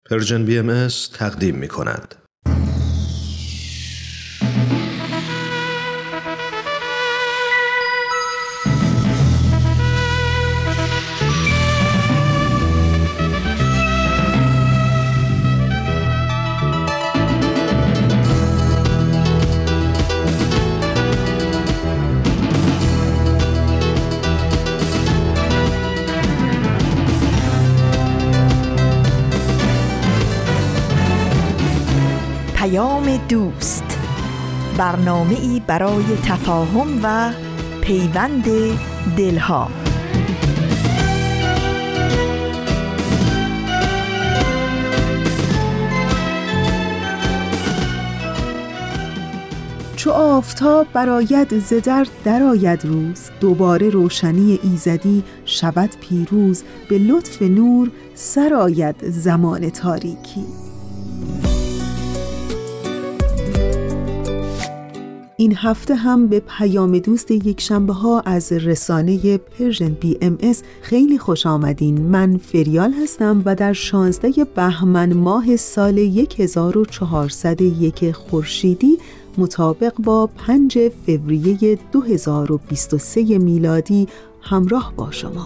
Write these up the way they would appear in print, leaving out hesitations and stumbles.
پرژن BMS تقدیم می کند. دوست، برنامه‌ای برای تفاهم و پیوند دلها. چو آفتاب برآید ز در درآید روز، دوباره روشنی ایزدی شود پیروز، به لطف نور سرآید زمان تاریکی. این هفته هم به پیام دوست یک شنبه ها از رسانه پرژن BMS خیلی خوش آمدین. من فریال هستم و در 16 بهمن ماه سال 1401 خورشیدی مطابق با 5 فوریه 2023 میلادی همراه با شما.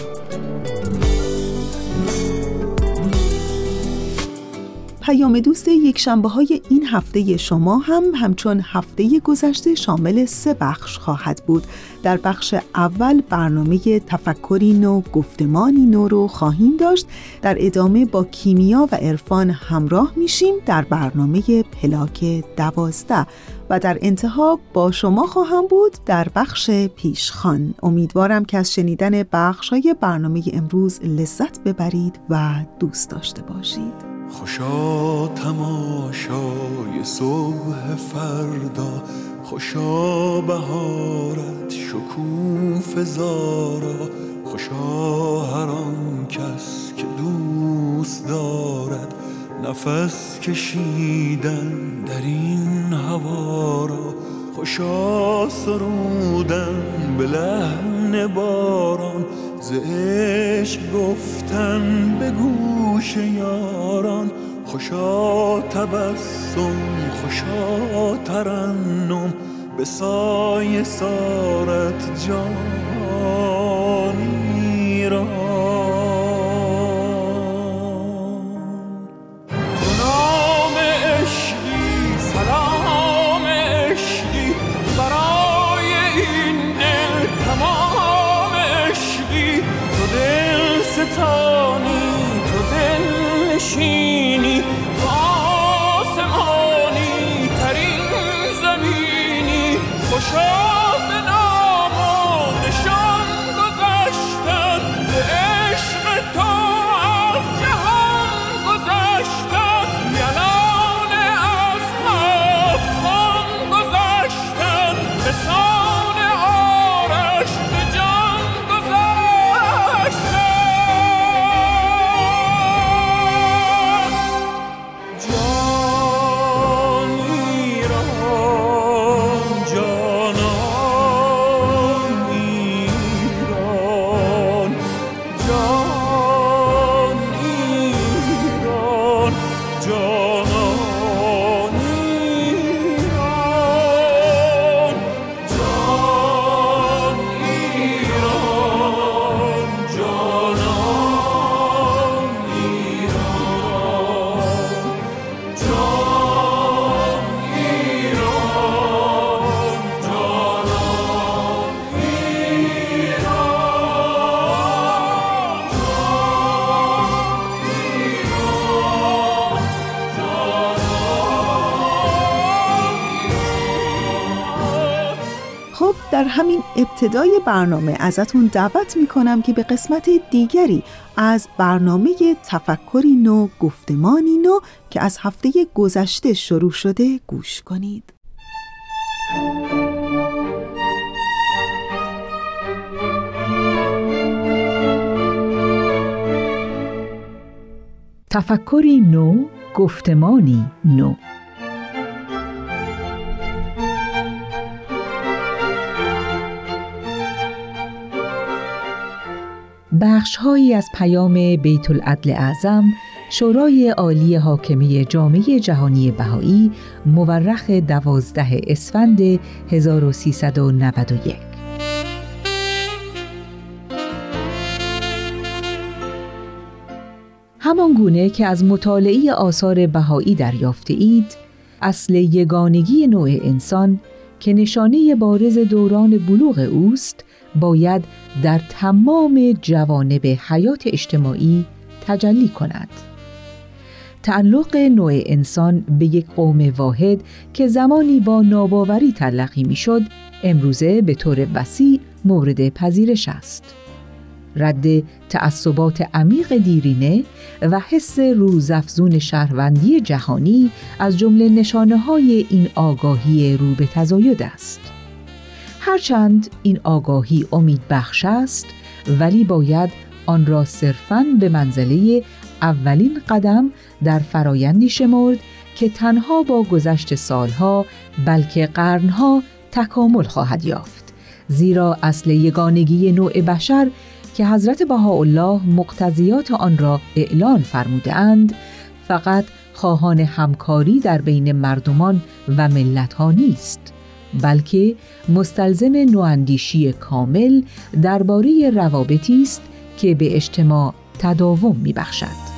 پیام دوست یک شنبه های این هفته شما هم همچون هفته گذشته شامل 3 بخش خواهد بود. در بخش اول برنامه تفکری نو، گفتمانی نو رو خواهیم داشت. در ادامه با کیمیا و عرفان همراه میشیم در برنامه پلاک 12 و در انتها با شما خواهم بود در بخش پیشخوان. امیدوارم که از شنیدن بخش‌های برنامه امروز لذت ببرید و دوست داشته باشید. خوشا تماشای صبح فردا، خوشا بهارت شکوفه زارا، خوشا هر آن کس که دوست دارد نفس کشیدن در این هوا را، خوشا سرودن به لحن باران، ز عشق گفتن به گوش یاران، خوشا تبسم خوشا ترنم، به سایه سارت جانی را. نام عشقی سلام عشقی برای این دل تمام عشقی، تو دل ستانی تو دل نشینی، تو آسمانی ترین زمینی، خوشا ز نام و نشان گذشتن، به عشق تو از جهان گذشتن، یلان از 7 خان گذشتن، به سان آرش به جان گذشتن. در همین ابتدای برنامه ازتون دعوت میکنم که به قسمت دیگری از برنامه تفکری نو، گفتمانی نو که از هفته گذشته شروع شده گوش کنید. تفکری نو، گفتمانی نو. بخش‌هایی از پیام بیت العدل اعظم شورای عالی حاکمه جامعه جهانی بهایی مورخ 12 اسفند 1391. همان گونه که از مطالعه آثار بهایی دریافته اید، اصل یگانگی نوع انسان که نشانه بارز دوران بلوغ اوست، باید در تمام جوانب حیات اجتماعی تجلی کند. تعلق نوع انسان به یک قوم واحد که زمانی با ناباوری تلقی میشد، امروزه به طور وسیع مورد پذیرش است. رد تعصبات عمیق دیرینه و حس روزافزون شهروندی جهانی از جمله نشانه‌های این آگاهی رو به تزاید است. هرچند این آگاهی امید بخش است، ولی باید آن را صرفاً به منزله اولین قدم در فرایندی شمرد که تنها با گذشت سالها بلکه قرنها تکامل خواهد یافت، زیرا اصل یگانگی نوع بشر که حضرت بهاءالله مقتضیات آن را اعلان فرموده‌اند فقط خواهان همکاری در بین مردمان و ملت‌ها نیست، بلکه مستلزم نواندیشی کامل درباره روابطی است که به اجتماع تداوم می‌بخشد.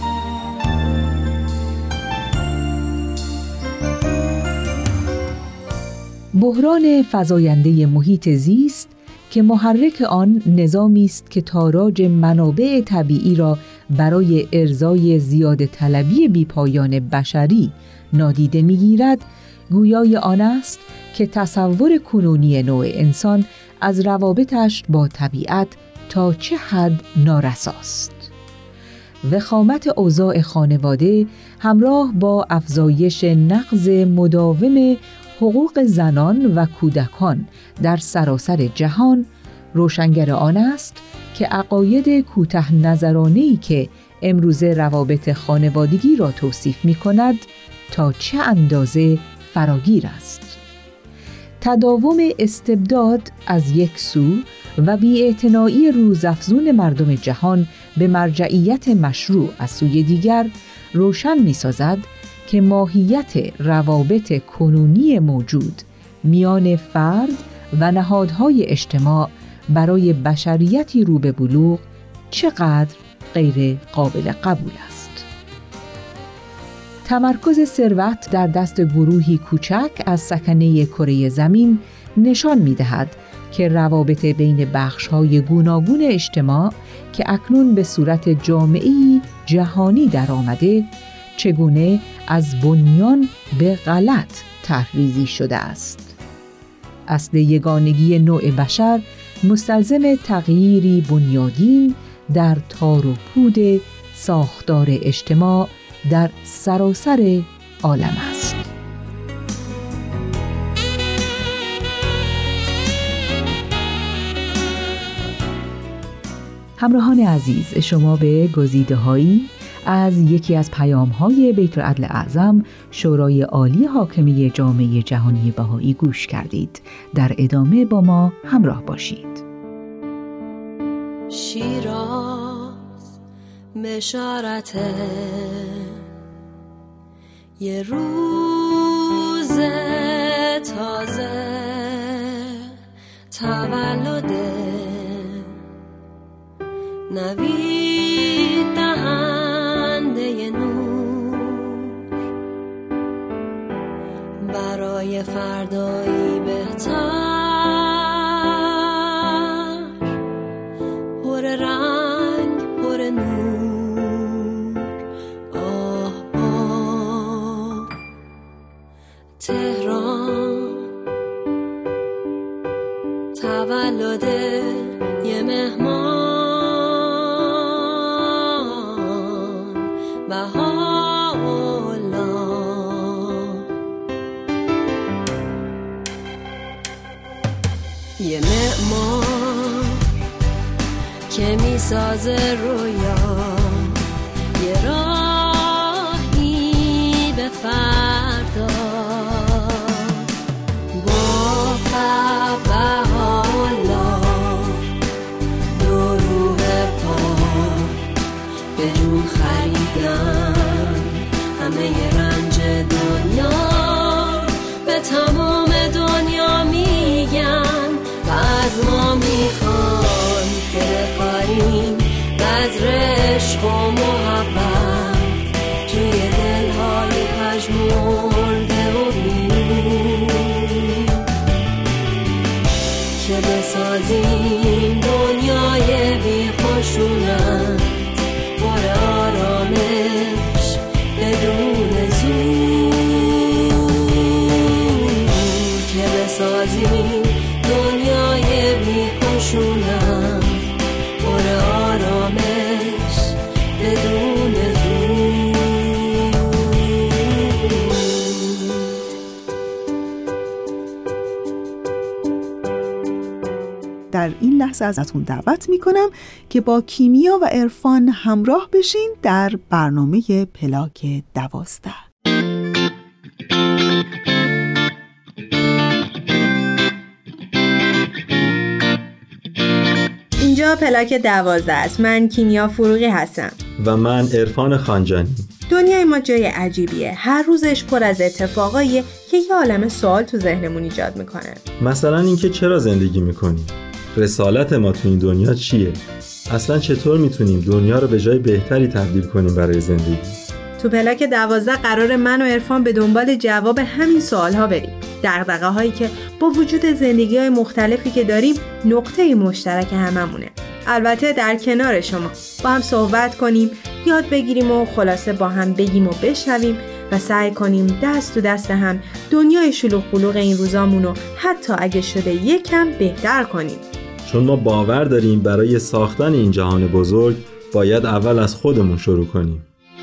بحران فزاینده محیط زیست که محرک آن نظامی است که تاراج منابع طبیعی را برای ارضای زیاده طلبی بیپایان بشری نادیده می‌گیرد، گویای آن است که تصور کنونی نوع انسان از روابطش با طبیعت تا چه حد نارساست. وخامت اوضاع خانواده همراه با افزایش نقض مداوم حقوق زنان و کودکان در سراسر جهان روشنگر آن است که عقاید کوته نظرانه‌ای که امروزه روابط خانوادگی را توصیف می‌کند تا چه اندازه فراگیر است. تداوم استبداد از یک سو و بی‌اعتنایی روزافزون مردم جهان به مرجعیت مشروع از سوی دیگر روشن می‌سازد که ماهیت روابط کنونی موجود میان فرد و نهادهای اجتماع برای بشریتی رو به بلوغ چقدر غیر قابل قبول است. تمرکز ثروت در دست گروهی کوچک از سکنه کره زمین نشان می‌دهد که روابط بین بخش‌های گوناگون اجتماع که اکنون به صورت جامعه‌ای جهانی درآمده چگونه از بنیان به غلط طرح‌ریزی شده است. اصل یگانگی نوع بشر مستلزم تغییری بنیادین در تار و پود ساختار اجتماع در سراسر عالم است. همراهان عزیز، شما به گزیده‌هایی از یکی از پیام‌های بیت العدل اعظم شورای عالی حاکمه جامعه جهانی بهایی گوش کردید. در ادامه با ما همراه باشید. شیراز مشارت یه روز تازه، تولد نوید دهنده نور برای فردایی بهتر، پر رنگ پر نور. آه آه تهران تولد یه مهمان، یه معمار که میسازه رویا، یه راهی به فردا، با بهاءالله دو روح پاک به جون خریدن همه رنج دنیا به تمام دنیا میگن و از ما میخوان که بخوریم بذر عشق و محبت توی دلهای پژمرده و بی که بسازیم دنیای بی خشونت پر آرامش بدون زور که بسازیم دنیای بی خشونت پر آرامش بدون زور. در این لحظه ازتون دعوت میکنم که با کیمیا و عرفان همراه بشین در برنامه پلاک 12. اینجا پلاک 12 است. من کیمیا فروغی هستم و من عرفان خانجانی. دنیای ما جای عجیبیه. هر روزش پر از اتفاقاییه که یه عالمه سوال تو ذهنمون ایجاد میکنه. مثلا اینکه چرا زندگی میکنیم؟ رسالت ما تو این دنیا چیه؟ اصلا چطور میتونیم دنیا رو به جای بهتری تبدیل کنیم برای زندگی؟ تو پلاک 12 قرار من و عرفان به دنبال جواب همین سوالها بریم. دغدغه هایی که با وجود زندگی های مختلفی که داریم نقطه مشترک هممونه. البته در کنار شما با هم صحبت کنیم، یاد بگیریم و خلاصه با هم بگیم و بشنویم و سعی کنیم دست تو دست هم دنیای شلوغ بلوغ این روزامونو حتی اگه شده یکم بهتر کنیم. چون ما باور داریم برای ساختن این جهان بزرگ باید اول از خودمون شروع کنیم.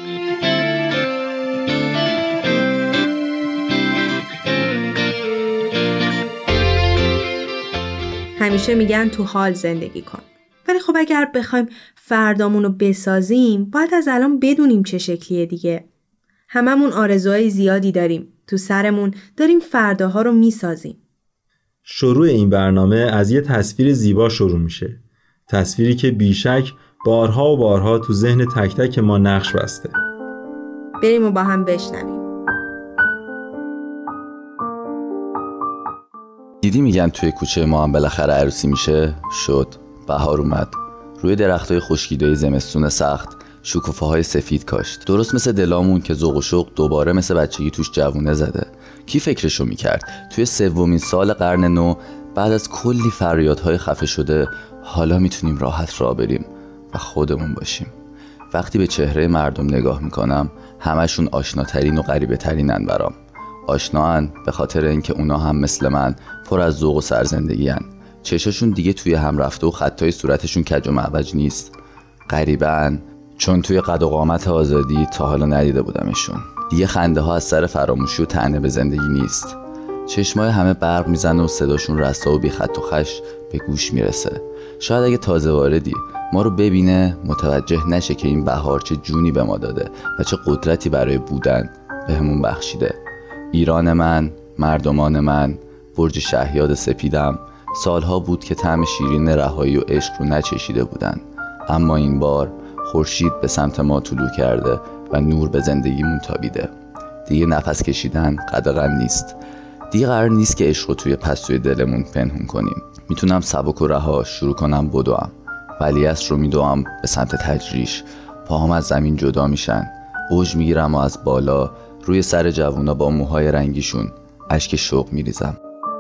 همیشه میگن تو حال زندگی کن. ولی خب اگر بخوایم فردامونو بسازیم باید از الان بدونیم چه شکلیه دیگه. هممون آرزوهای زیادی داریم. تو سرمون داریم فرداها رو میسازیم. شروع این برنامه از یه تصویر زیبا شروع میشه. تصویری که بیشک بارها و بارها تو ذهن تک تک ما نقش بسته. بریم و با هم بشنویم. دیدی میگن توی کوچه ما هم بالاخره عروسی میشه؟ شد. بهار اومد. روی درختای خشکیده زمستون سخت شکوفه‌های سفید کاشت. درست مثل دلامون که ذوق و شوق دوباره مثل بچگی توش جوونه زده. کی فکرشو میکرد توی 3 سال قرن نو بعد از کلی فریادهای خفه شده حالا میتونیم راحت راه بریم و خودمون باشیم. وقتی به چهره مردم نگاه میکنم همشون آشناترین و غریبه ترینن برام. آشناان به خاطر اینکه اونا هم مثل من پر از ذوق و سرزندگی هن. چشاشون دیگه توی هم رفته و خطای صورتشون کج و معوج نیست. غریبن چون توی قد و قامت آزادی تا حالا ندیده بودمشون. دیگه خنده ها از سر فراموشی و طعنه به زندگی نیست. چشمای همه برق میزنه و صداشون رسا و بی خط و خش به گوش میرسه. شاید اگه تازه واردی ما رو ببینه متوجه نشه که این بهار چه جونی به ما داده و چه قدرتی برای بودن بهمون بخشیده. ایران من، مردمان من، برج شهیاد سپیدم، سالها بود که طعم شیرین رهایی و عشق رو نچشیده بودن. اما این بار خورشید به سمت ما طلوع کرده و نور به زندگیمون تابیده. دیگه نفس کشیدن قدغن نیست. دیگه قرار نیست که عشق رو توی پستوی دلمون پنهون کنیم. میتونم سبک و رها شروع کنم بدوم. ولیعصر رو میدوم به سمت تجریش. پاهم از زمین جدا میشن. اوج میگیرم و از بالا روی سر جوونا با موهای رنگیشون اشک شوق میریزم.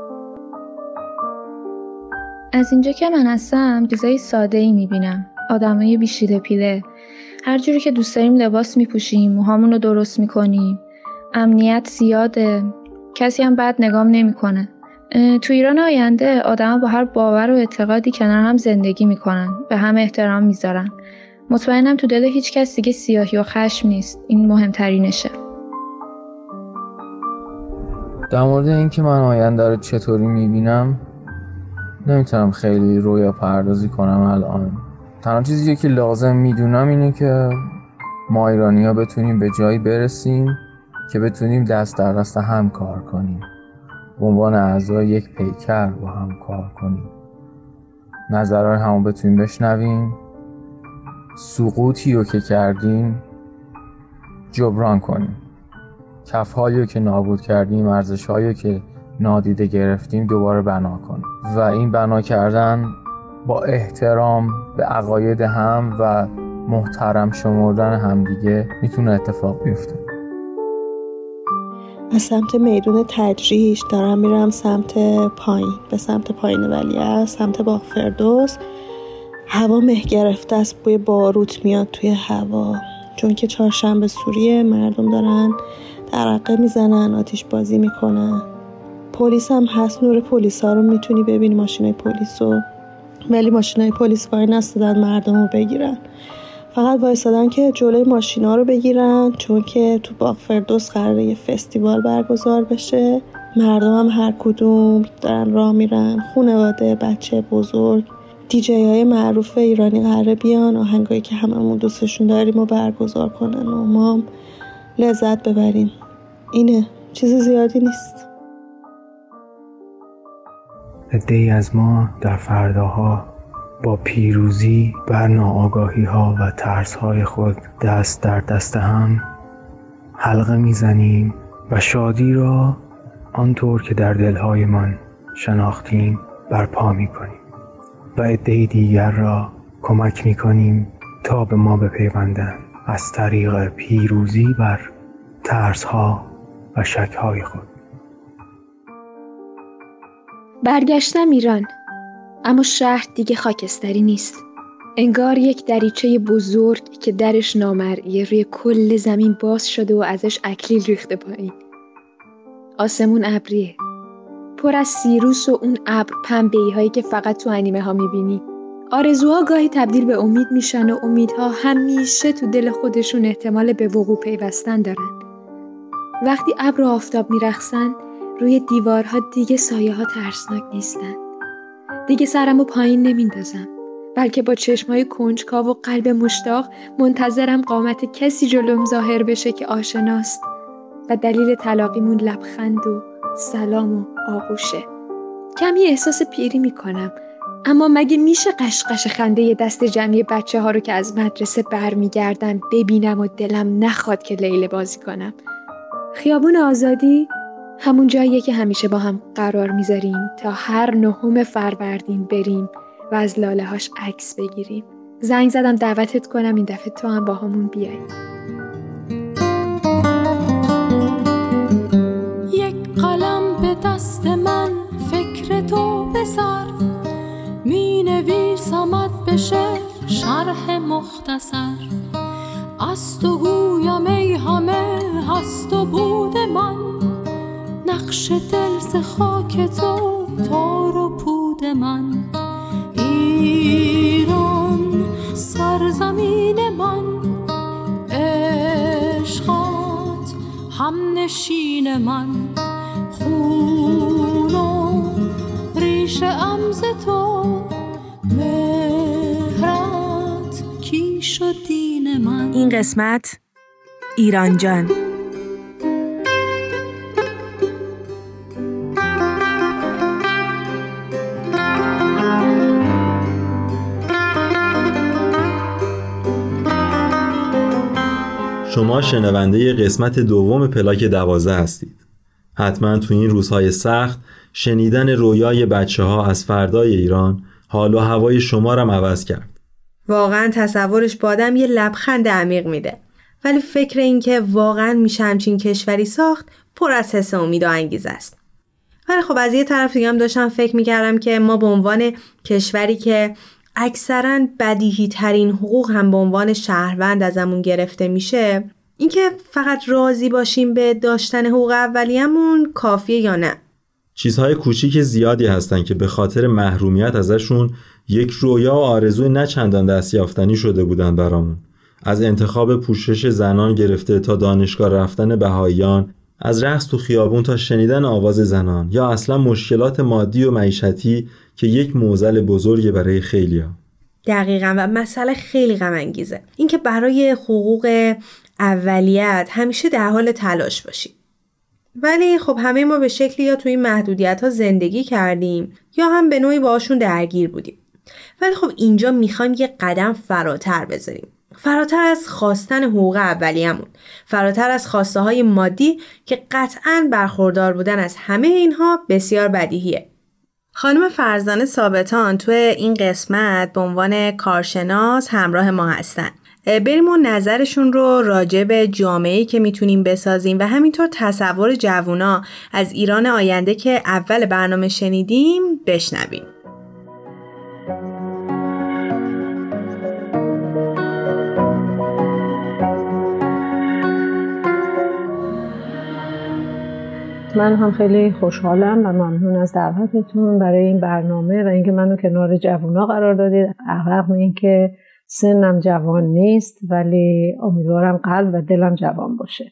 از اینجا که من هستم چیزای ساده‌ای میبینم. آدمای بیشیده پیله. هر جوری که دوست داریم لباس میپوشیم، موهامون رو درست میکنیم. امنیت زیاده. کسی هم بد نگام نمیکنه. تو ایران آینده آدما با هر باور و اعتقادی کنار هم زندگی میکنن. به هم احترام میذارن. مطمئنم تو دل هیچ کس دیگه سیاهی و خشم نیست. این مهمترینشه. در مورد اینکه من آینده رو چطوری میبینم نمیتونم خیلی رویا پردازی کنم الان. تنها چیزی که لازم میدونم اینه که ما ایرانی‌ها بتونیم به جایی برسیم که بتونیم دست در دست هم کار کنیم، به عنوان اعضای یک پیکر با هم کار کنیم، نظرهای همو بتونیم بشنویم، سقوطی رو که کردیم جبران کنیم. کف‌هایی که نابود کردیم، ارزش‌هایی که نادیده گرفتیم دوباره بنا کنیم و این بنا کردن با احترام به عقاید هم و محترم شمردن همدیگه میتونه اتفاق بیفته. از سمت میدون تجریش دارم میرم سمت پایین، به سمت پایین ولیعصر، سمت باغ فردوس. هوا مه گرفته است، بوی باروت میاد توی هوا، چون که چهارشنبه سوریه، مردم دارن ترقه میزنن، آتیش بازی میکنن. پلیس هم هست، نور پلیس ها رو میتونی ببینی، ماشینای پلیس رو، ولی ماشینای پلیس وای نستادن مردم رو بگیرن، فقط وایسادن که جلوی ماشینا رو بگیرن، چون که تو باغ فردوس قراره یه فستیوال برگزار بشه. مردم هم هر کدوم دارن راه میرن، خانواده، بچه، بزرگ. دیجی های معروف ایرانی قراره بیان، آهنگایی که هممون دوستشون داریم و برگزار کنن و ما هم لذت ببریم. اینه، چیز زیادی نیست. عده‌ای از ما در فرداها با پیروزی بر ناآگاهی‌ها و ترس‌های خود دست در دست هم حلقه می‌زنیم و شادی را آنطور که در دل‌هایمان شناختیم برپا می‌کنیم و عده‌ای دیگر را کمک می‌کنیم تا به ما بپیوندند از طریق پیروزی بر ترس‌ها و شک‌های خود. برگشتم ایران، اما شهر دیگه خاکستری نیست. انگار یک دریچه بزرگ که درش نامرئیه روی کل زمین باز شده و ازش اکلیل ریخته پایین. آسمون ابریه، پر از سیروس و اون ابر پنبه‌ای هایی که فقط تو انیمه ها میبینی. آرزوها گاهی تبدیل به امید میشن و امیدها همیشه تو دل خودشون احتمال به وقوع پیوستن دارن. وقتی ابر و آفتاب میرقصن روی دیوارها دیگه سایه ها ترسناک نیستن. دیگه سرمو پایین نمیندازم، بلکه با چشمای کنجکاو و قلب مشتاق منتظرم قامت کسی جلوم ظاهر بشه که آشناست و دلیل تلاقیمون لبخند و سلام و آغوشه. کمی احساس پیری میکنم، اما مگه میشه قشقش خنده دست جمعی بچه ها رو که از مدرسه برمیگردن ببینم و دلم نخواد که لیله بازی کنم؟ خیابون آزادی همون جاییه که همیشه با هم قرار میذاریم تا هر 9 فروردین بریم و از لاله هاش عکس بگیریم. زنگ زدم دعوتت کنم این دفعه تو هم با همون بیای. یک قلم به دست من، فکر تو بسر، می نویسمت بشه شرح مختصر. از تو گویم ای همه هست و بود من، نقش دل ز خاک تو تار و پود من. ایران سرزمین من، عشقات هم نشین من. خون و ریشه امز تو، مهرت کیش و دین من. این قسمت ایران جان. شما شنونده قسمت دوم پلاک 12 هستید. حتما تو این روزهای سخت شنیدن رویای بچه‌ها از فردای ایران حال و هوای شما رو عوض کرد. واقعا تصورش با آدم یه لبخند عمیق میده. ولی فکر این که واقعا میشه همچین کشوری ساخت پر از حس امید و انگیزه است. ولی خب از یه طرف دیگه هم داشتم فکر میکردم که ما به عنوان کشوری که اکثراً بدیهی ترین حقوق هم به عنوان شهروند ازمون گرفته میشه، اینکه فقط راضی باشیم به داشتن حقوق اولیه‌مون کافیه یا نه. چیزهای کوچیک زیادی هستن که به خاطر محرومیت ازشون یک رویا و آرزوی نه چندان دستیافتنی شده بودن برامون. از انتخاب پوشش زنان گرفته تا دانشگاه رفتن بهاییان، از رقص تو خیابون تا شنیدن آواز زنان، یا اصلا مشکلات مادی و معیشتی که یک معضل بزرگه برای خیلیا. دقیقاً، و مسئله خیلی غم انگیزه اینکه برای حقوق اولیت همیشه در حال تلاش باشیم. ولی خب همه ما به شکلی یا توی این محدودیت‌ها زندگی کردیم یا هم به نوعی باهاشون درگیر بودیم. ولی خب اینجا میخوایم یه قدم فراتر بذاریم. فراتر از خواستن حقوق اولیه‌مون، فراتر از خواسته های مادی که قطعاً برخوردار بودن از همه اینها بسیار بدیهیه. خانم فرزانه ثابتان توی این قسمت به عنوان کارشناس همراه ما هستن. بریم و نظرشون رو راجع به جامعه‌ای که میتونیم بسازیم و همینطور تصور جوونا از ایران آینده که اول برنامه شنیدیم بشنویم. من هم خیلی خوشحالم و ممنون از دعوتتون برای این برنامه و اینکه منو کنار جوونا قرار دادید. رغم اینکه سنم جوان نیست ولی امیدوارم قلب و دلم جوان باشه.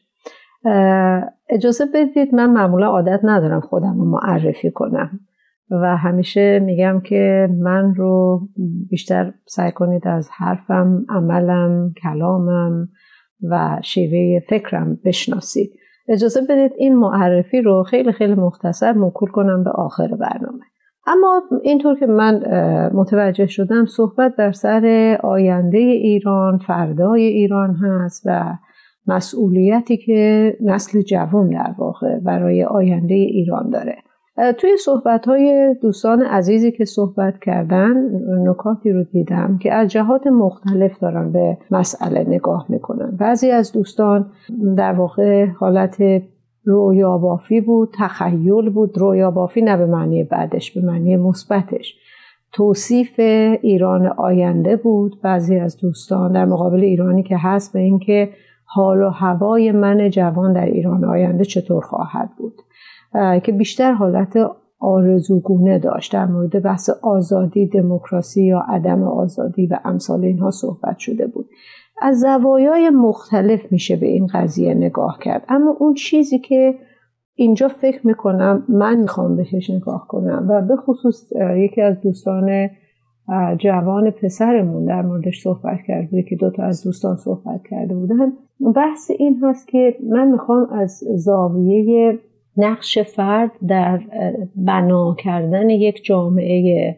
اجازه بدید، من معمولا عادت ندارم خودم رو معرفی کنم و همیشه میگم که من رو بیشتر سعی کنید از حرفم، عملم، کلامم و شیوه فکرم بشناسید. اجازه بدید این معرفی رو خیلی خیلی مختصر موکول کنم به آخر برنامه. اما اینطور که من متوجه شدم صحبت در سر آینده ایران، فردای ایران هست و مسئولیتی که نسل جوان در واقع برای آینده ایران داره. توی صحبت‌های دوستان عزیزی که صحبت کردن نکاتی رو دیدم که از جهات مختلف دارن به مسئله نگاه میکنن. بعضی از دوستان در واقع حالت رویابافی بود، تخیل بود. رویابافی نه به معنی بعدش، به معنی مثبتش توصیف ایران آینده بود. بعضی از دوستان در مقابل ایرانی که هست به این که حال و هوای من جوان در ایران آینده چطور خواهد بود، که بیشتر حالت آرزوگونه داشت. در مورد بحث آزادی، دموکراسی یا عدم آزادی و امثال اینها صحبت شده بود. از زوایای مختلف میشه به این قضیه نگاه کرد، اما اون چیزی که اینجا فکر میکنم من میخوام بهش نگاه کنم و به خصوص یکی از دوستان جوان پسرمون در موردش صحبت کرده که 2 تا از دوستان صحبت کرده بودن، بحث این هست که من میخوام از زاویه نقش فرد در بنا کردن یک جامعه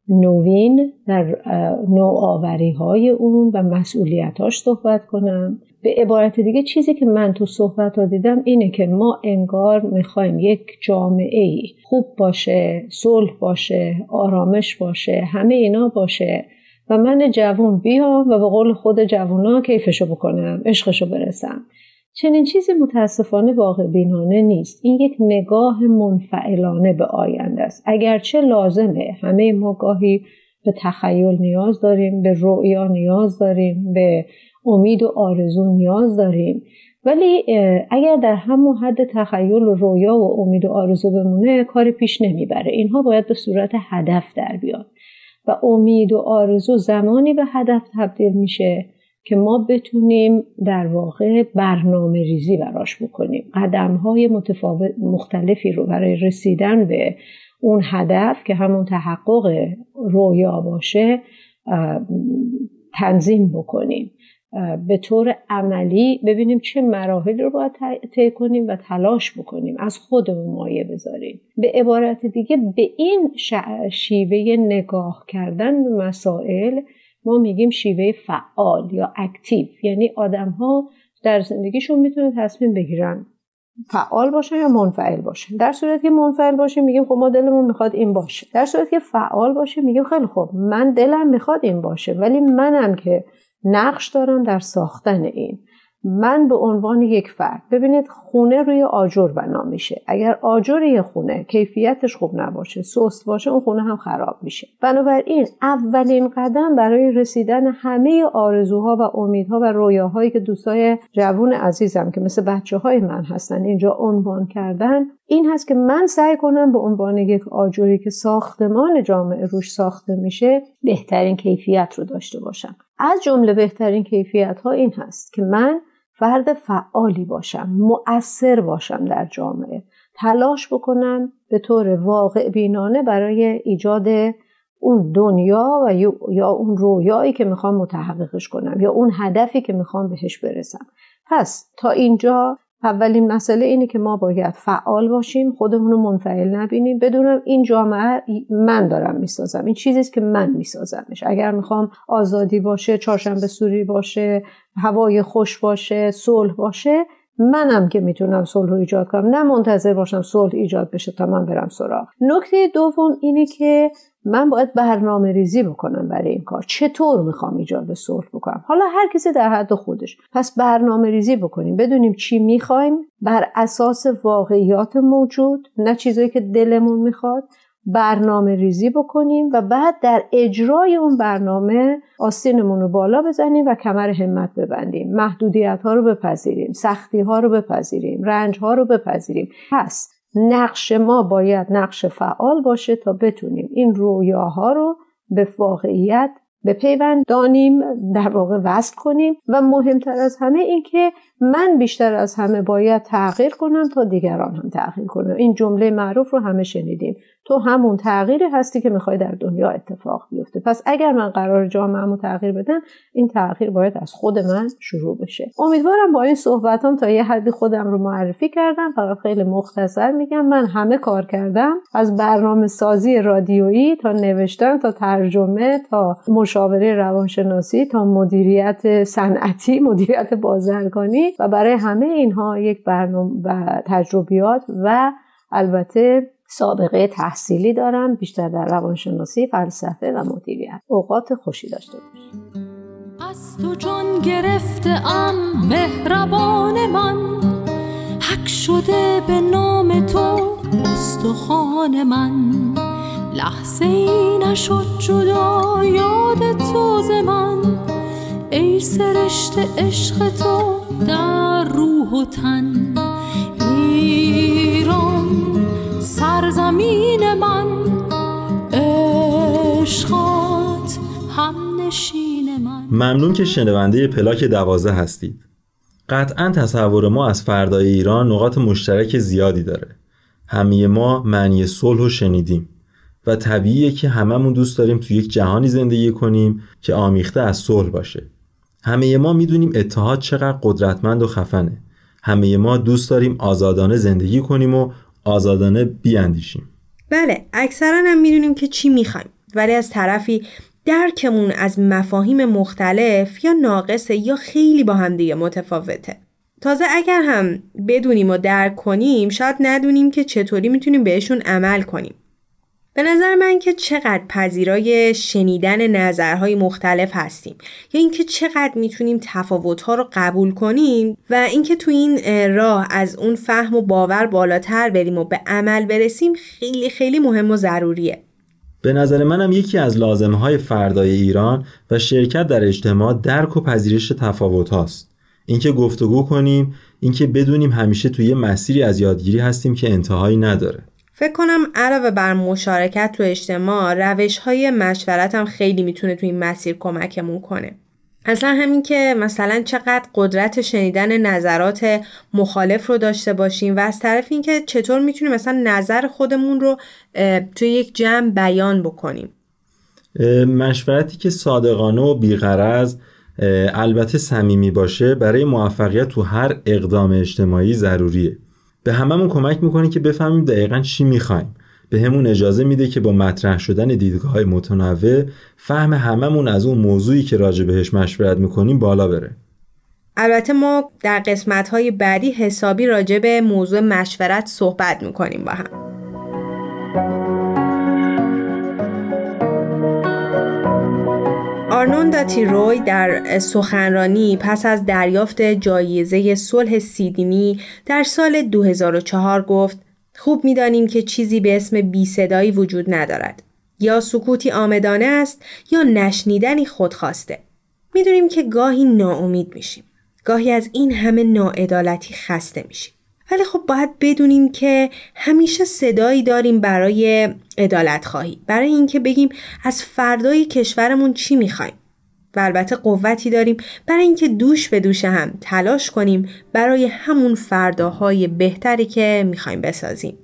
نوین، در نوآوری‌های اون و مسئولیتاش صحبت کنم. به عبارت دیگه چیزی که من تو صحبت ها دیدم اینه که ما انگار میخوایم یک جامعه خوب باشه، صلح باشه، آرامش باشه، همه اینا باشه و من جوان بیام و به قول خود جوانا کیفشو بکنم، عشقشو برسم. چنین چیزی متاسفانه واقع بینانه نیست. این یک نگاه منفعلانه به آینده است. اگرچه لازمه، همه ما گاهی به تخیل نیاز داریم، به رؤیا نیاز داریم، به امید و آرزو نیاز داریم، ولی اگر در همون حد تخیل و رؤیا و امید و آرزو بمونه کار پیش نمیبره. اینها باید به صورت هدف در بیاد و امید و آرزو زمانی به هدف تبدیل میشه که ما بتونیم در واقع برنامه ریزی براش بکنیم، قدم‌های مختلفی رو برای رسیدن به اون هدف که همون تحقق رویا باشه تنظیم بکنیم، به طور عملی ببینیم چه مراحل رو باید طی کنیم و تلاش بکنیم، از خودمون مایه بذاریم. به عبارت دیگه به این شیوه نگاه کردن به مسائل ما میگیم شیوه فعال یا اکتیو، یعنی آدم‌ها در زندگیشون میتونن تصمیم بگیرن فعال باشن یا منفعل باشن. در صورتی که منفعل باشیم میگیم خب ما دلمون میخواد این باشه. در صورتی که فعال باشیم میگیم خیلی خب من دلم میخواد این باشه، ولی منم که نقش دارم در ساختن این. من به عنوان یک فرد، ببینید خونه روی آجر بنا میشه. اگر آجر یه خونه کیفیتش خوب نباشه، سست باشه، اون خونه هم خراب میشه. بنابراین اولین قدم برای رسیدن همه آرزوها و امیدها و رویاهایی که دوستای جوان عزیزم که مثل بچه‌های من هستن اینجا عنوان کردن این هست که من سعی کنم به عنوان یک آجری که ساختمان جامعه روش ساخته میشه بهترین کیفیت رو داشته باشم. از جمله بهترین کیفیت‌ها این هست که من فرد فعالی باشم، مؤثر باشم در جامعه، تلاش بکنم به طور واقع بینانه برای ایجاد اون دنیا و یا اون رویایی که میخوام متحققش کنم یا اون هدفی که میخوام بهش برسم. پس تا اینجا اولین مسئله اینه که ما باید فعال باشیم، خودمون رو منفعل نبینیم، بدونم این جامعه من دارم میسازم، این چیزیست که من میسازمش. اگر میخوام آزادی باشه، چهارشنبه سوری باشه، هوای خوش باشه، صلح باشه، منم که میتونم صلح رو ایجاد کنم، نه منتظر باشم صلح ایجاد بشه تا من برم سراغ. نکته دوم اینه که من باید برنامه ریزی بکنم برای این کار. چطور میخوام ایجاد صلح بکنم؟ حالا هر کسی در حد خودش. پس برنامه ریزی بکنیم، بدونیم چی میخوایم بر اساس واقعیات موجود، نه چیزایی که دلمون میخواد. برنامه ریزی بکنیم و بعد در اجرای اون برنامه آستینمون رو بالا بزنیم و کمر همت ببندیم، محدودیت ها رو بپذیریم، سختی ها رو بپذیریم، رنج ها رو بپذیریم. پس نقش ما باید نقش فعال باشه تا بتونیم این رویاها رو به واقعیت بپیوندانیم، در واقع وصل کنیم. و مهمتر از همه این که من بیشتر از همه باید تغییر کنم تا دیگران هم تغییر کنم. این جمله معروف رو همه شنیدیم، تو همون تغییری هستی که میخوای در دنیا اتفاق بیفته. پس اگر من قرار جامعه‌مو تغییر بدم، این تغییر باید از خود من شروع بشه. امیدوارم با این صحبتام تا یه حدی خودم رو معرفی کردم. فقط خیلی مختصر میگم من همه کار کردم، از برنامه سازی رادیویی تا نوشتن تا ترجمه تا مشاوره روانشناسی تا مدیریت صنعتی، مدیریت بازرگانی، و برای همه اینها یک برنامه و تجربیات و البته سابقه تحصیلی دارم، بیشتر در روانشناسی، فلسفه و مدیریت. اوقات خوشی داشته باشید. از تو جان گرفتم مهربان من، حک شده به نام تو استخوان من. لحظه ای نشد جدا یاد تو ز من، ای سرشت عشق تو در روح و تن. ایران سرزمین من، عشقات هم نشین من. ممنون که شنونده پلاک 12 هستید. قطعاً تصور ما از فردای ایران نقاط مشترک زیادی داره. همه ما معنی صلح رو شنیدیم و طبیعیه که هممون دوست داریم تو یک جهانی زندگی کنیم که آمیخته از صلح باشه. همه ما میدونیم اتحاد چقدر قدرتمند و خفنه. همه ما دوست داریم آزادانه زندگی کنیم و آزادانه بیاندیشیم. بله، اکثرا هم میدونیم که چی میخوایم، ولی از طرفی درکمون از مفاهیم مختلف یا ناقصه یا خیلی با هم دیگه متفاوته. تازه اگر هم بدونیم و درک کنیم، شاید ندونیم که چطوری میتونیم بهشون عمل کنیم. به نظر من که چقدر پذیرای شنیدن نظرهای مختلف هستیم، یا اینکه چقدر میتونیم تفاوت‌ها رو قبول کنیم و اینکه تو این راه از اون فهم و باور بالاتر بریم و به عمل برسیم خیلی خیلی مهم و ضروریه. به نظر منم یکی از لازمه‌های فردای ایران و شرکت در اجتماع درک و پذیرش تفاوت هاست. اینکه گفتگو کنیم، اینکه بدونیم همیشه توی مسیری از یادگیری هستیم که انتهایی نداره. فکر کنم علاوه بر مشارکت تو اجتماع، روش‌های مشورت هم خیلی میتونه تو این مسیر کمکمون کنه. اصلا همین که مثلا چقدر قدرت شنیدن نظرات مخالف رو داشته باشیم و از طرف این که چطور میتونیم مثلا نظر خودمون رو توی یک جمع بیان بکنیم. مشورتی که صادقانه و بی‌غرض، البته صمیمی باشه، برای موفقیت تو هر اقدام اجتماعی ضروریه. به هممون کمک میکنه که بفهمیم دقیقاً چی میخوایم. به همون اجازه میده که با مطرح شدن دیدگاه‌های متنوع فهم هممون از اون موضوعی که راجع بهش مشورت میکنیم بالا بره. البته ما در قسمت‌های بعدی حسابی راجع به موضوع مشورت صحبت میکنیم با هم. آرنون داتیروی در سخنرانی پس از دریافت جایزه صلح سیدنی در سال 2004 گفت: خوب می‌دانیم که چیزی به اسم بی‌صدایی وجود ندارد. یا سکوتی آمدانه است یا نشنیدنی خودخواسته. می‌دونیم که گاهی ناامید میشیم. گاهی از این همه ناعدالتی خسته میشیم. ولی خب باید بدونیم که همیشه صدایی داریم برای عدالت خواهی، برای اینکه بگیم از فردای کشورمون چی میخوایم، و البته قوتی داریم برای اینکه دوش به دوش هم تلاش کنیم برای همون فرداهای بهتری که میخوایم بسازیم.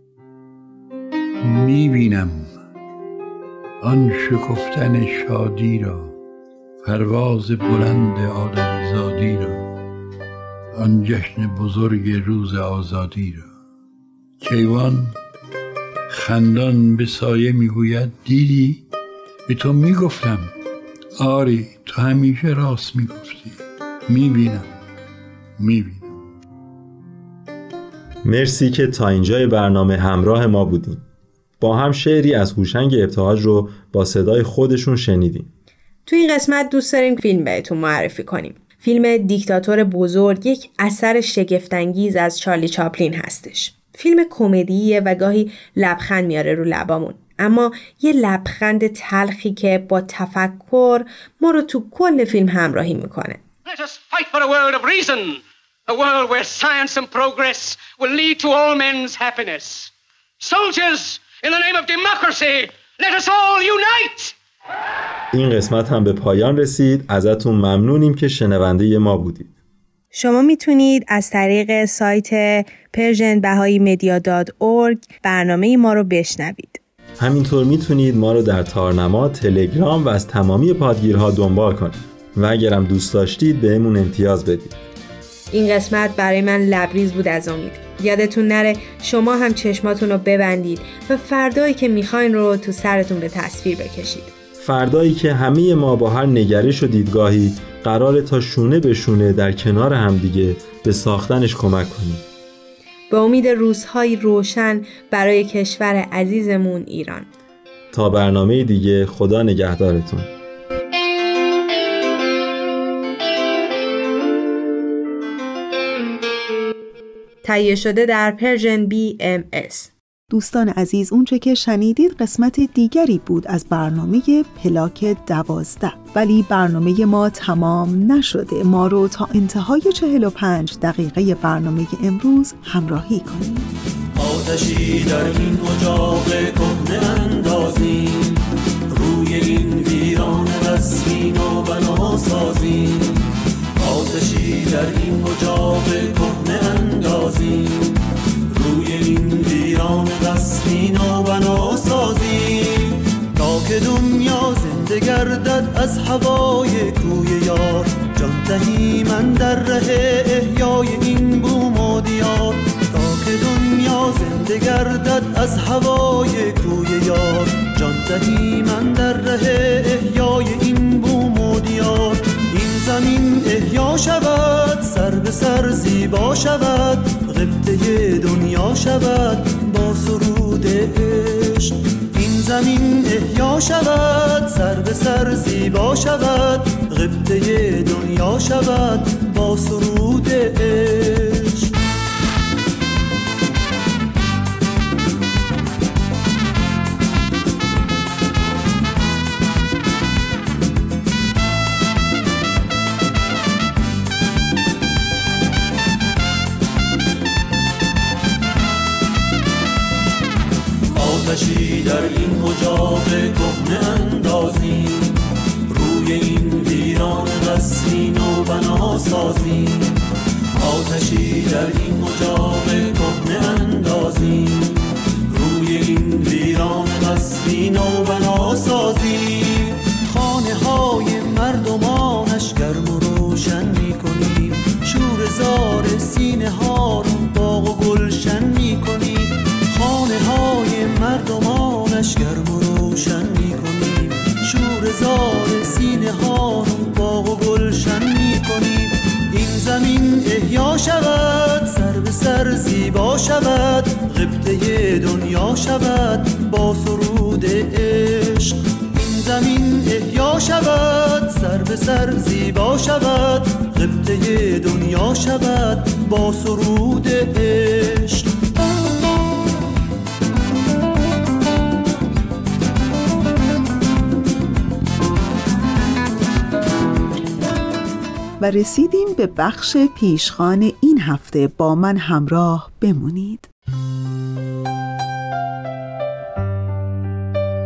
میبینم آن شکفتن شادی را، پرواز بلند آدمیزادی را، آن جشن بزرگ روز آزادی را. کیوان خندان به سایه میگوید دیدی؟ به تو میگفتم. آری تو همیشه راست میگفتی. میبینم. مرسی که تا اینجای برنامه همراه ما بودیم. با هم شعری از هوشنگ ابتهاج رو با صدای خودشون شنیدیم. تو این قسمت دوست داریم فیلم بهتون معرفی کنیم. فیلم دیکتاتور بزرگ یک اثر شگفت‌انگیز از چارلی چاپلین هستش. فیلم کمدیه و گاهی لبخند میاره رو لبامون، اما یه لبخند تلخی که با تفکر ما رو تو کل فیلم همراهی میکنه. Let us fight for a world of reason, a world where science and progress will lead to all men's happiness. Soldiers, in the name of democracy, let us all unite! این قسمت هم به پایان رسید. ازتون ممنونیم که شنونده ما بودید. شما میتونید از طریق سایت persianbahaimedia.org برنامه ما رو بشنوید. همینطور میتونید ما رو در تارنما، تلگرام و از تمامی پادگیرها دنبال کنید و اگرم دوست داشتید بهمون امتیاز بدید. این قسمت برای من لبریز بود از امید. یادتون نره شما هم چشماتون رو ببندید و فردایی که میخواین رو تو سرتون به تصویر بکشید. فردایی که همه ما با هر نگرش و دیدگاهی قراره تا شونه به شونه در کنار همدیگه به ساختنش کمک کنیم. به امید روزهای روشن برای کشور عزیزمون ایران. تا برنامه دیگه، خدا نگهدارتون. تهیه شده در پرژن BMS. دوستان عزیز، اونچه که شنیدید قسمت دیگری بود از برنامه پلاک 12. ولی برنامه ما تمام نشده. ما رو تا انتهای 45 دقیقه برنامه امروز همراهی کنید. آتشی در این اجاق کهنه اندازیم، روی این ویران قصری نوبنا سازیم. آتشی در این اجاق کهنه اندازیم، روی این ویران قصری نوبنا سازیم. تا که دنیا زنده گردد از هوای کوی یار، جان دهی من در ره احیای این بوم و دیار. تا که دنیا زنده گردد از هوای کوی یار، جان دهی من در ره احیای این بوم و دیار. این زمین احیا شود، سر به سر زیبا شود، غبطه دنیا شود با سرود عشق. این زمین احیا شود، سر به سر زیبا شود، غبطه دنیا شود با سرود عشق. آتشی در این اجاق کهنه اندازیم، روی این ویران قصری نوبنا سازیم. آتشی در این اجاق کهنه اندازیم، روی این ویران قصری نوبنا سازیم. خانه های مردمانش گرم و روشن می کنیم، شور زار سینه ها رو باغ و گلشن می کنیم. خانه های مردمانش گرم و روشن می کنیم، شور زار سینه ها رو باغ و گلشن می کنیم. این زمین احیا شود، سر به سر زیبا شود، غبطه دنیا شود با سرود عشق. این زمین احیا شود، سر به سر زیبا شود، غبطه دنیا شود با سرود عشق. و رسیدیم به بخش پیشخوان این هفته. با من همراه بمونید.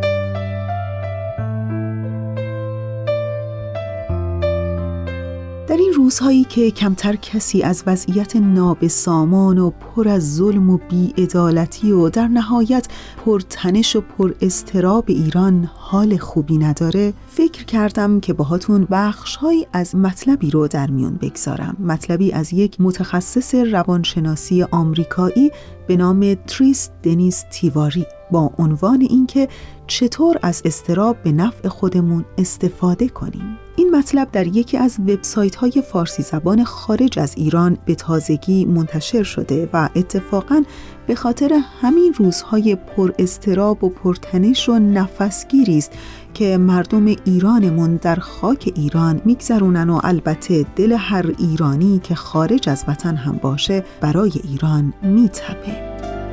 در این روزهایی که کمتر کسی از وضعیت نابسامان و پر از ظلم و بی‌عدالتی و در نهایت پرتنش و پر اضطراب ایران حال خوبی نداره، فکر کردم که باهاتون بخش‌هایی از مطلبی رو در میون بگذارم. مطلبی از یک متخصص روانشناسی آمریکایی به نام تریس دنیس تیواری با عنوان اینکه چطور از اضطراب به نفع خودمون استفاده کنیم. این مطلب در یکی از وبسایت‌های فارسی زبان خارج از ایران به تازگی منتشر شده و اتفاقاً به خاطر همین روزهای پر اضطراب و پرتنش و نفسگیری است که مردم ایرانمون در خاک ایران میگذرونن و البته دل هر ایرانی که خارج از وطن هم باشه برای ایران میتپه.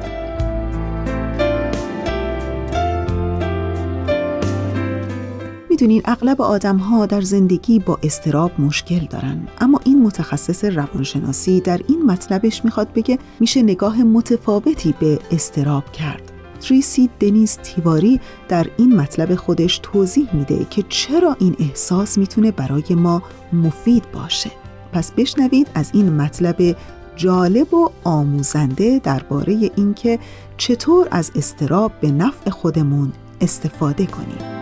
میدونین اغلب آدم‌ها در زندگی با اضطراب مشکل دارن، اما این متخصص روانشناسی در این مطلبش میخواد بگه میشه نگاه متفاوتی به اضطراب کرد. تریسی دنیس تیواری در این مطلب خودش توضیح میده که چرا این احساس میتونه برای ما مفید باشه. پس بشنوید از این مطلب جالب و آموزنده درباره اینکه چطور از اضطراب به نفع خودمون استفاده کنیم.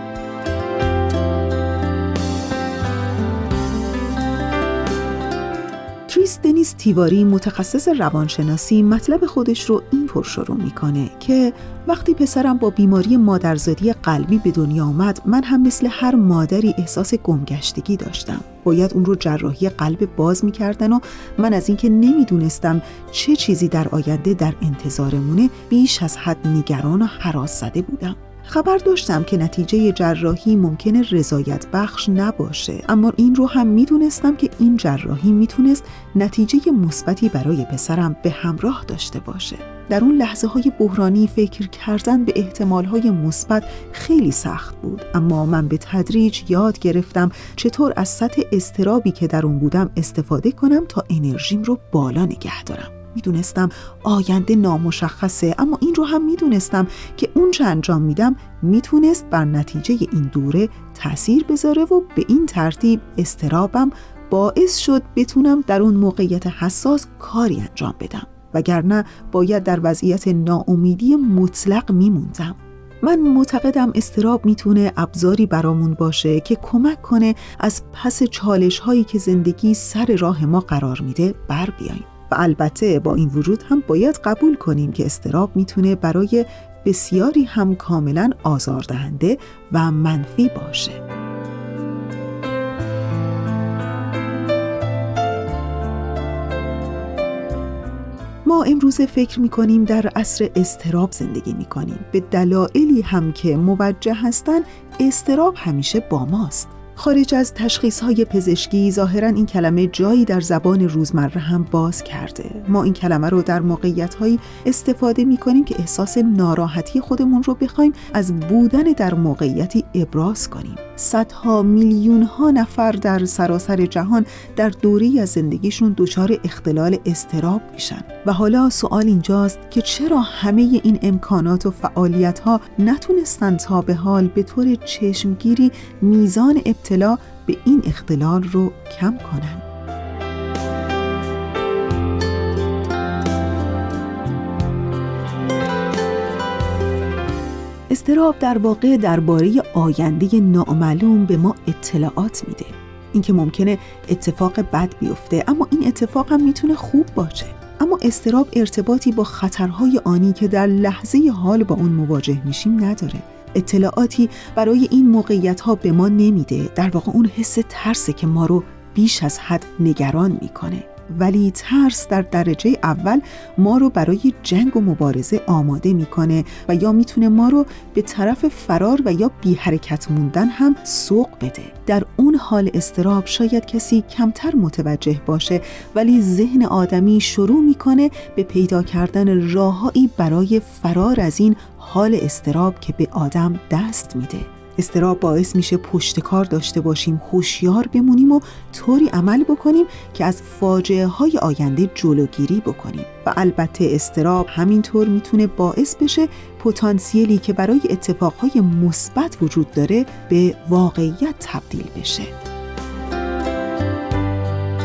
تریس دنیس تیواری متخصص روانشناسی مطلب خودش رو اینطور شروع میکنه که وقتی پسرم با بیماری مادرزادی قلبی به دنیا آمد، من هم مثل هر مادری احساس گمگشتگی داشتم. باید اون رو جراحی قلب باز میکردن و من از اینکه نمیدونستم چه چیزی در آینده در انتظارمونه بیش از حد نگران و هراس زده بودم. خبر داشتم که نتیجه جراحی ممکنه رضایت بخش نباشه، اما این رو هم میدونستم که این جراحی میتونست نتیجه مثبتی برای پسرم به همراه داشته باشه. در اون لحظه های بحرانی فکر کردن به احتمالهای مثبت خیلی سخت بود، اما من به تدریج یاد گرفتم چطور از سطح اضطرابی که در اون بودم استفاده کنم تا انرژیم رو بالا نگه دارم. میدونستم آینده نامشخصه، اما این رو هم میدونستم که اون چه انجام میدم میتونست بر نتیجه این دوره تأثیر بذاره و به این ترتیب اضطرابم باعث شد بتونم در اون موقعیت حساس کاری انجام بدم، وگرنه باید در وضعیت ناامیدی مطلق میموندم. من معتقدم اضطراب میتونه ابزاری برامون باشه که کمک کنه از پس چالش هایی که زندگی سر راه ما قرار میده بر بیاییم. و البته با این وجود هم باید قبول کنیم که اضطراب میتونه برای بسیاری هم کاملا آزاردهنده و منفی باشه. ما امروز فکر میکنیم در عصر اضطراب زندگی میکنیم. به دلایلی هم که موجه هستن، اضطراب همیشه با ماست. خارج از تشخیص‌های پزشکی ظاهراً این کلمه جایی در زبان روزمره هم باز کرده. ما این کلمه رو در موقعیت‌هایی استفاده می‌کنیم که احساس ناراحتی خودمون رو بخوایم از بودن در موقعیتی ابراز کنیم. صدها میلیون‌ها نفر در سراسر جهان در دوره‌ای از زندگیشون دچار اختلال اضطراب میشن. و حالا سوال اینجاست که چرا همه این امکانات و فعالیت‌ها نتونستن تا به حال به طور چشمگیری میزان ابتلا به این اختلال رو کم کنن؟ اضطراب در واقع درباره آینده نامعلوم به ما اطلاعات میده. اینکه ممکنه اتفاق بد بیفته، اما این اتفاق هم میتونه خوب باشه. اما اضطراب ارتباطی با خطرهای آنی که در لحظه حال با اون مواجه میشیم نداره. اطلاعاتی برای این موقعیت‌ها به ما نمیده. در واقع اون حس ترسه که ما رو بیش از حد نگران میکنه. ولی ترس در درجه اول ما رو برای جنگ و مبارزه آماده میکنه و یا میتونه ما رو به طرف فرار و یا بی حرکت موندن هم سوق بده. در اون حال اضطراب شاید کسی کمتر متوجه باشه، ولی ذهن آدمی شروع میکنه به پیدا کردن راههایی برای فرار از این حال اضطراب که به آدم دست میده. اضطراب باعث میشه پشتکار داشته باشیم، هوشیار بمونیم و طوری عمل بکنیم که از فاجعه های آینده جلوگیری بکنیم. و البته اضطراب همینطور میتونه باعث بشه پتانسیلی که برای اتفاقهای مثبت وجود داره به واقعیت تبدیل بشه.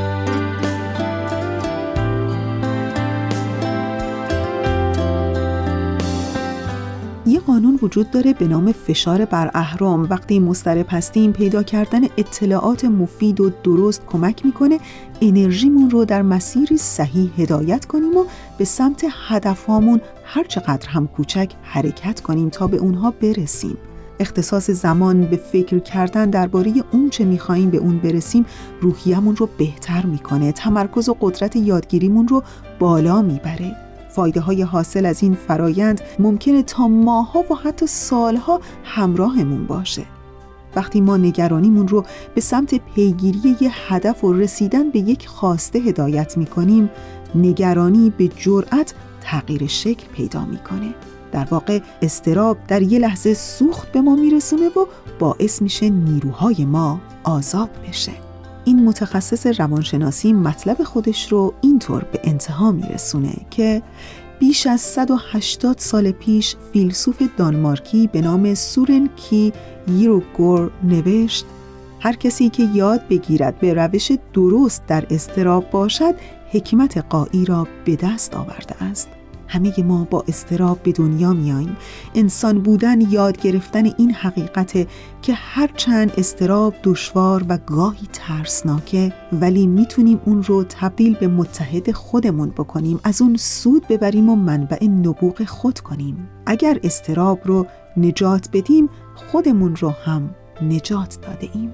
قانون وجود داره به نام فشار بر اهرم. وقتی مضطرب هستیم پیدا کردن اطلاعات مفید و درست کمک میکنه انرژیمون رو در مسیری صحیح هدایت کنیم و به سمت هدفهامون هر چقدر هم کوچک حرکت کنیم تا به اونها برسیم. اختصاص زمان به فکر کردن درباره اون چه می‌خوایم به اون برسیم روحیه‌مون رو بهتر می‌کنه، تمرکز و قدرت یادگیریمون رو بالا میبره. فایده‌های حاصل از این فرایند ممکنه تا ماه‌ها و حتی سال‌ها همراهمون باشه. وقتی ما نگرانیمون رو به سمت پیگیری یه هدف و رسیدن به یک خواسته هدایت می‌کنیم، نگرانی به جرأت تغییر شکل پیدا می‌کنه. در واقع اضطراب در یه لحظه سوخت به ما میرسونه و باعث میشه نیروهای ما آزاد بشه. این متخصص روانشناسی مطلب خودش رو اینطور به انتها میرسونه که بیش از 180 سال پیش فیلسوف دانمارکی به نام سورن کیرکگård نوشت: هر کسی که یاد بگیرد به روش درست در اضطراب باشد، حکمت غایی را به دست آورده است. همه ما با اضطراب به دنیا میاییم. انسان بودن یاد گرفتن این حقیقته که هرچند اضطراب دشوار و گاهی ترسناکه، ولی میتونیم اون رو تبدیل به متحد خودمون بکنیم، از اون سود ببریم و منبع نبوغ خود کنیم. اگر اضطراب رو نجات بدیم، خودمون رو هم نجات داده ایم.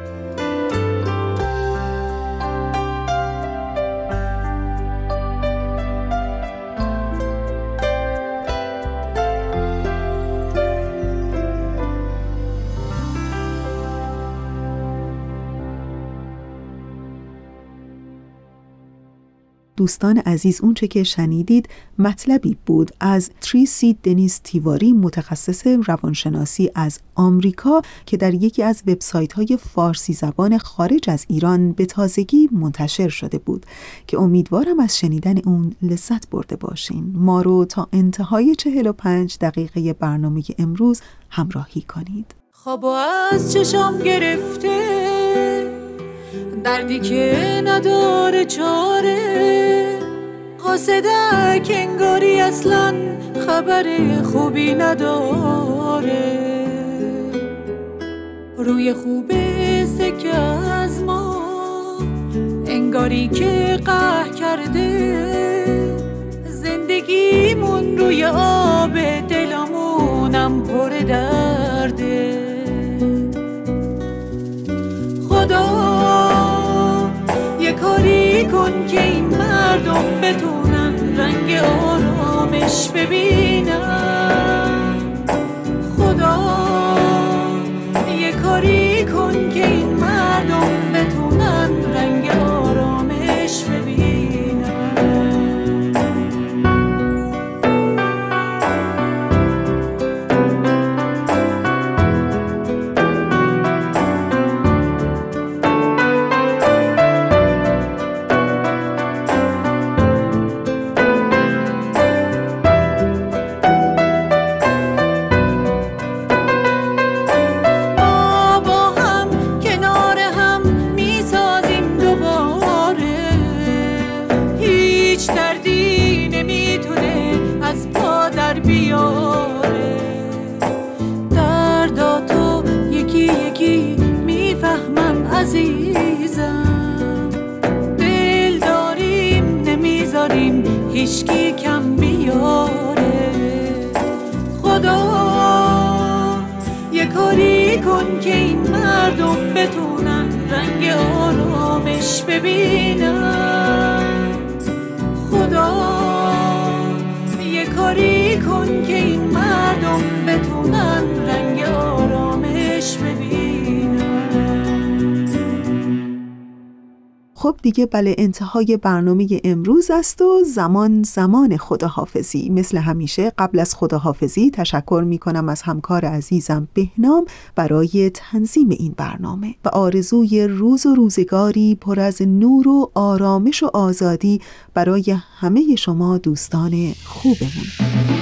دوستان عزیز، اون چه که شنیدید مطلبی بود از تریسی دنیس تیواری، متخصص روانشناسی از آمریکا که در یکی از وبسایت‌های فارسی زبان خارج از ایران به تازگی منتشر شده بود که امیدوارم از شنیدن اون لذت برده باشین. ما رو تا انتهای 45 دقیقه برنامه امروز همراهی کنید. خوابو از چشام گرفته، دردی که نداره چاره، قاصدک انگاری اصلا خبر خوبی نداره، روی خوبه سکه از ما انگاری که قهر کرده، زندگیمون روی آب دلمونم پر درده. خدا یه کاری کن که این مردم بتونن رنگ آرامش ببینن. خدا یه کاری کن که این مردم بتونن رنگ آرامش ببینن. عزیزم دل داریم نمیذاریم هیچکی کم بیاره. خدا یه کاری کن که این مردم بتونن رنگ آرامش ببینن. خدا یه کاری کن که این مردم بتونن رنگ آرامش ببینن. خب دیگه بله، انتهای برنامه امروز است و زمان خداحافظی. مثل همیشه قبل از خداحافظی تشکر میکنم از همکار عزیزم بهنام برای تنظیم این برنامه و آرزوی روز و روزگاری پر از نور و آرامش و آزادی برای همه شما دوستان خوبمون.